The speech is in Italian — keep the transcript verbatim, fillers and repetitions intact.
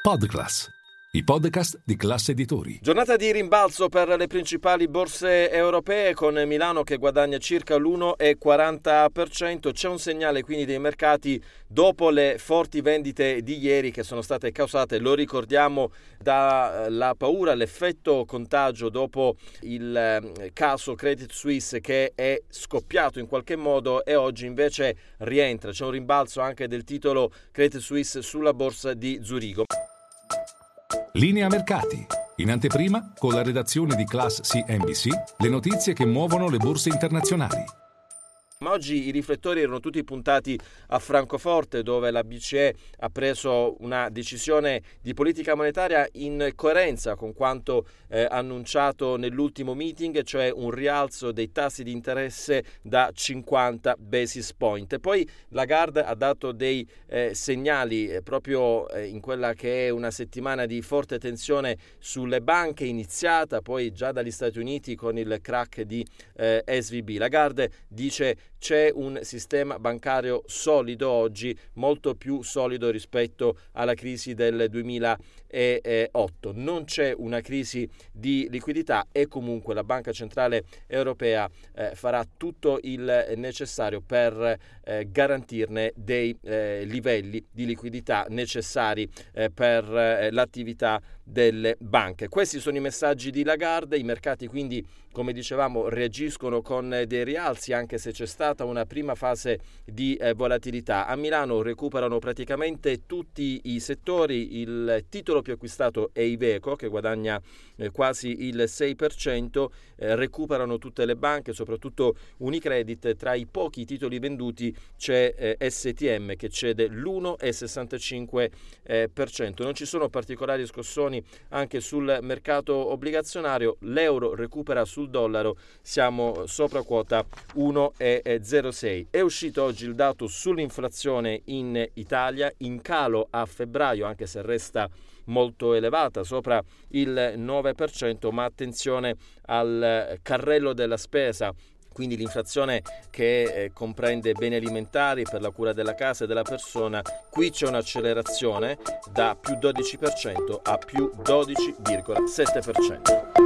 Podclass, i podcast di Class Editori. Giornata di rimbalzo per le principali borse europee, con Milano che guadagna circa l'uno virgola quaranta per cento. C'è un segnale quindi dei mercati dopo le forti vendite di ieri, che sono state causate, lo ricordiamo, dalla paura, l'effetto contagio dopo il caso Credit Suisse, che è scoppiato in qualche modo e oggi invece rientra. C'è un rimbalzo anche del titolo Credit Suisse sulla borsa di Zurigo. Linea mercati. In anteprima, con la redazione di Class C N B C, le notizie che muovono le borse internazionali. Ma oggi i riflettori erano tutti puntati a Francoforte, dove la B C E ha preso una decisione di politica monetaria in coerenza con quanto eh, annunciato nell'ultimo meeting, cioè un rialzo dei tassi di interesse da cinquanta basis point. E poi Lagarde ha dato dei eh, segnali eh, proprio eh, in quella che è una settimana di forte tensione sulle banche, iniziata poi già dagli Stati Uniti con il crack di eh, S V B. Lagarde dice: c'è un sistema bancario solido oggi, molto più solido rispetto alla crisi del duemilaotto. Non c'è una crisi di liquidità e comunque la Banca Centrale Europea eh, farà tutto il necessario per eh, garantirne dei eh, livelli di liquidità necessari eh, per eh, l'attività delle banche. Questi sono i messaggi di Lagarde. I mercati quindi, come dicevamo, reagiscono con dei rialzi, anche se c'è stata una prima fase di eh, volatilità. A Milano recuperano praticamente tutti i settori. Il titolo più acquistato è Iveco, che guadagna eh, quasi il sei per cento. Eh, recuperano tutte le banche, soprattutto Unicredit. Tra i pochi titoli venduti c'è eh, S T M, che cede l'uno virgola sessantacinque per cento. Non ci sono particolari scossoni anche sul mercato obbligazionario. L'euro recupera sul dollaro, siamo sopra quota uno virgola zero sei. È uscito oggi il dato sull'inflazione in Italia, in calo a febbraio, anche se resta molto elevata, sopra il nove per cento, ma attenzione al carrello della spesa. Quindi l'inflazione che eh, comprende beni alimentari per la cura della casa e della persona. Qui c'è un'accelerazione da più dodici per cento a più dodici virgola sette per cento.